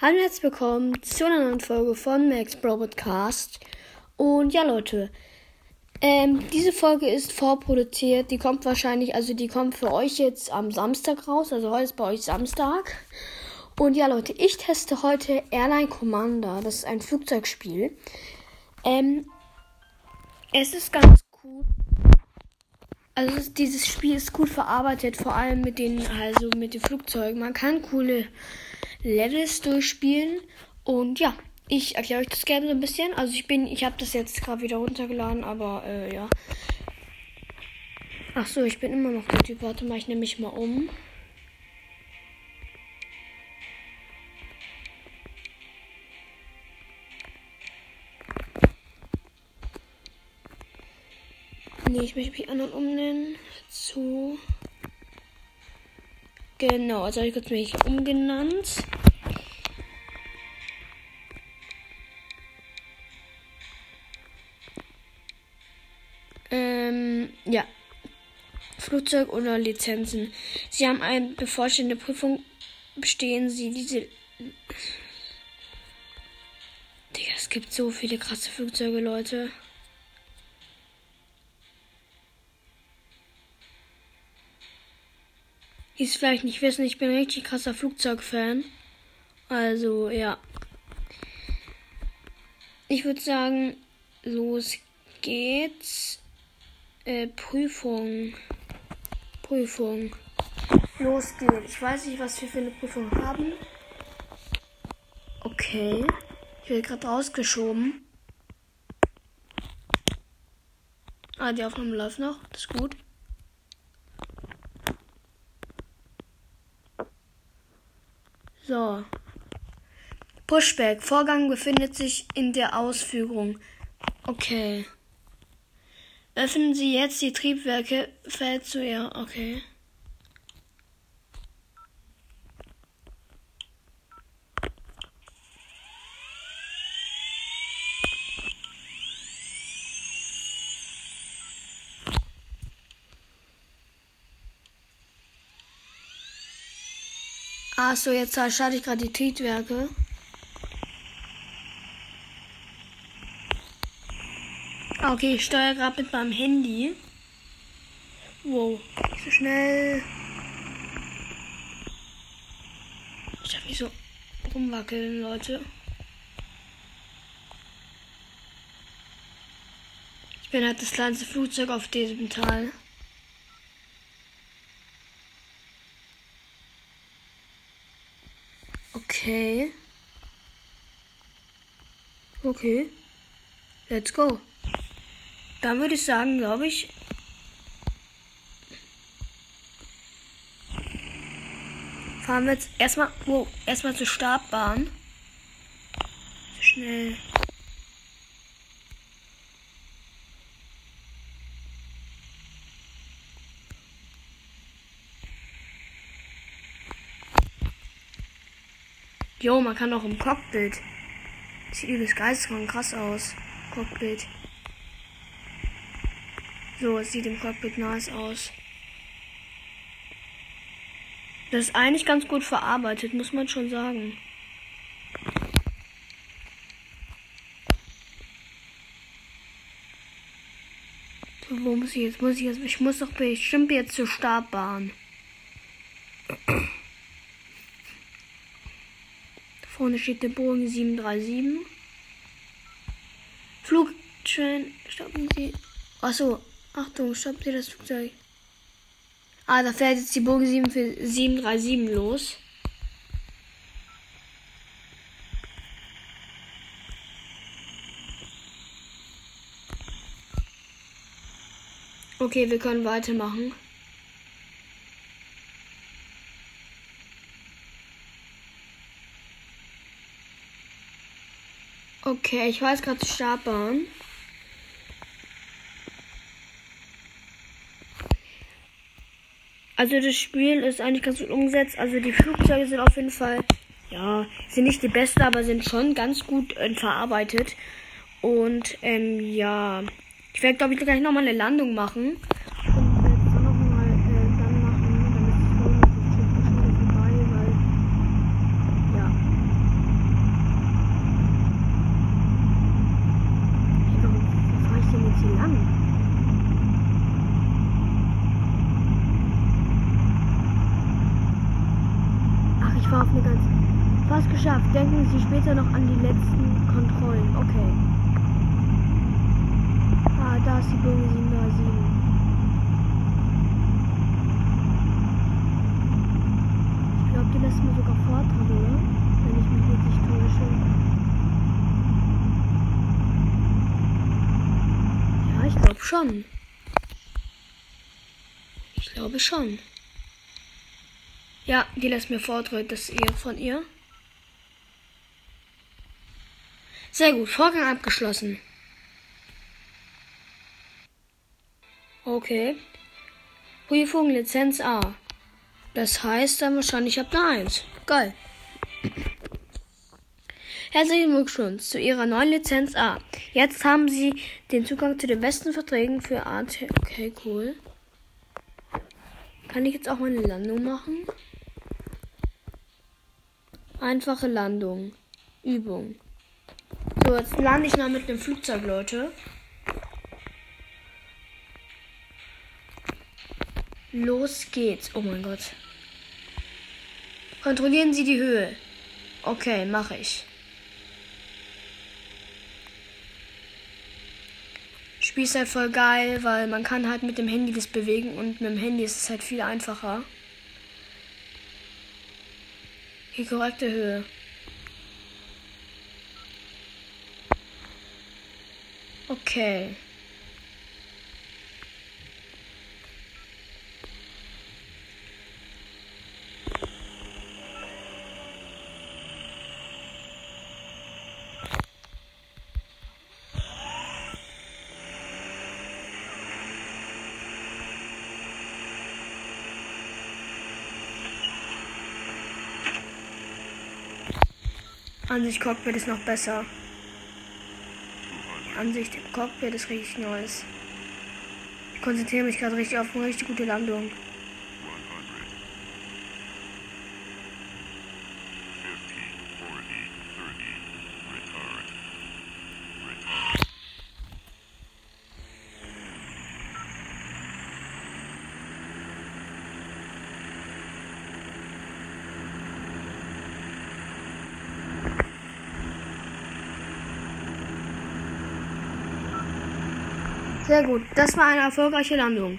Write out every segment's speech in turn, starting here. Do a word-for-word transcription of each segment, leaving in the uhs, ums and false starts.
Hallo und herzlich willkommen zu einer neuen Folge von Max Bro Podcast. Und ja Leute, ähm, diese Folge ist vorproduziert. Die kommt wahrscheinlich, also die kommt für euch jetzt am Samstag raus. Also heute ist bei euch Samstag. Und ja Leute, ich teste heute Airline Commander. Das ist ein Flugzeugspiel. Ähm, es ist ganz cool. Also es, dieses Spiel ist gut verarbeitet, vor allem mit den, also mit den Flugzeugen. Man kann coole Levels durchspielen und ja, ich erkläre euch das gerne so ein bisschen. Also ich bin, ich habe das jetzt gerade wieder runtergeladen, aber äh, ja. Ach so, ich bin immer noch der Typ. Warte mal, ich nehme mich mal um. Nee, ich möchte mich anderen umnennen. Zu. Genau, also habe ich kurz mich umgenannt. Ähm, ja. Flugzeug oder Lizenzen. Sie haben eine bevorstehende Prüfung. Bestehen Sie diese. Digga, es gibt so viele krasse Flugzeuge, Leute. Die es vielleicht nicht wissen, ich bin ein richtig krasser Flugzeugfan. Also, ja. Ich würde sagen, los geht's. Äh, Prüfung. Prüfung. Los geht's. Ich weiß nicht, was wir für eine Prüfung haben. Okay. Ich werde gerade rausgeschoben. Ah, die Aufnahme läuft noch. Das ist gut. So. Pushback. Vorgang befindet sich in der Ausführung. Okay. Öffnen Sie jetzt die Triebwerke. Fällt zu ihr. Okay. Ah, so, jetzt starte ich gerade die Triebwerke. Okay, ich steuere gerade mit meinem Handy. Wow, so schnell. Ich darf nicht so rumwackeln, Leute. Ich bin halt das kleinste Flugzeug auf diesem Teil. Okay. Okay. Let's go. Dann würde ich sagen, glaube ich, fahren wir jetzt erstmal, oh, erstmal zur Startbahn. So schnell. Jo, man kann auch im Cockpit. Sieht übelst geisteskrank krass aus. Cockpit. So, es sieht im Cockpit nice aus. Das ist eigentlich ganz gut verarbeitet, muss man schon sagen. So, wo muss ich jetzt? Muss ich jetzt? Ich muss doch bestimmt jetzt zur Startbahn. Da vorne steht der Boeing sieben drei sieben. Flugschein, stoppen Sie. Achso, Achtung, stoppen Sie das Flugzeug. Ah, da fährt jetzt die Boeing sieben drei sieben los. Okay, wir können weitermachen. Okay, ich weiß gerade zur Startbahn. Also das Spiel ist eigentlich ganz gut umgesetzt. Also die Flugzeuge sind auf jeden Fall, ja, sind nicht die besten, aber sind schon ganz gut äh, verarbeitet. Und ähm, ja, ich werde glaube ich gleich nochmal eine Landung machen. Und werde es dann nochmal äh, dann machen, damit es voll ist. Das Trip ist schon vorbei, weil, ja. fast geschafft. Denken Sie später noch an die letzten Kontrollen. Okay. Ah, da ist die Boeing sieben drei sieben. Ich glaube, die lässt mir sogar Vortrag, oder? Wenn ich mich jetzt nicht täusche. Ja, ich glaube schon. Ich glaube schon. Ja, die lässt mir Vortritt, das ist eher von ihr. Sehr gut, Vorgang abgeschlossen. Okay. Prüfung Lizenz A. Das heißt dann wahrscheinlich ab der eins. Geil. Herzlichen Glückwunsch zu Ihrer neuen Lizenz A. Jetzt haben Sie den Zugang zu den besten Verträgen für A T. Okay, cool. Kann ich jetzt auch mal eine Landung machen? Einfache Landung. Übung. So, jetzt lande ich mal mit dem Flugzeug, Leute. Los geht's. Oh mein Gott. Kontrollieren Sie die Höhe. Okay, mache ich. Spiel ist halt voll geil, weil man kann halt mit dem Handy das bewegen und mit dem Handy ist es halt viel einfacher. Die korrekte Höhe. Okay. Ansicht Cockpit ist noch besser. Ansicht im Cockpit ist richtig nice. Ich konzentriere mich gerade richtig auf eine richtig gute Landung. Sehr gut, das war eine erfolgreiche Landung.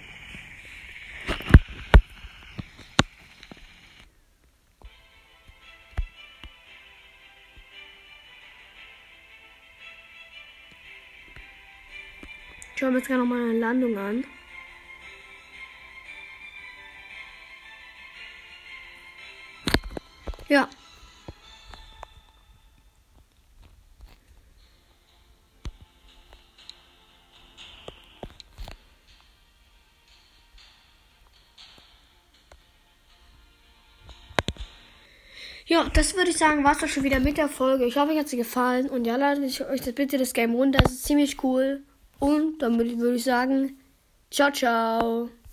Schauen wir uns gerade nochmal eine Landung an. Ja. Ja, das würde ich sagen, war es doch schon wieder mit der Folge. Ich hoffe, euch hat sie gefallen. Und ja, ladet euch das bitte das Game runter. Das ist ziemlich cool. Und dann würde ich sagen, ciao, ciao.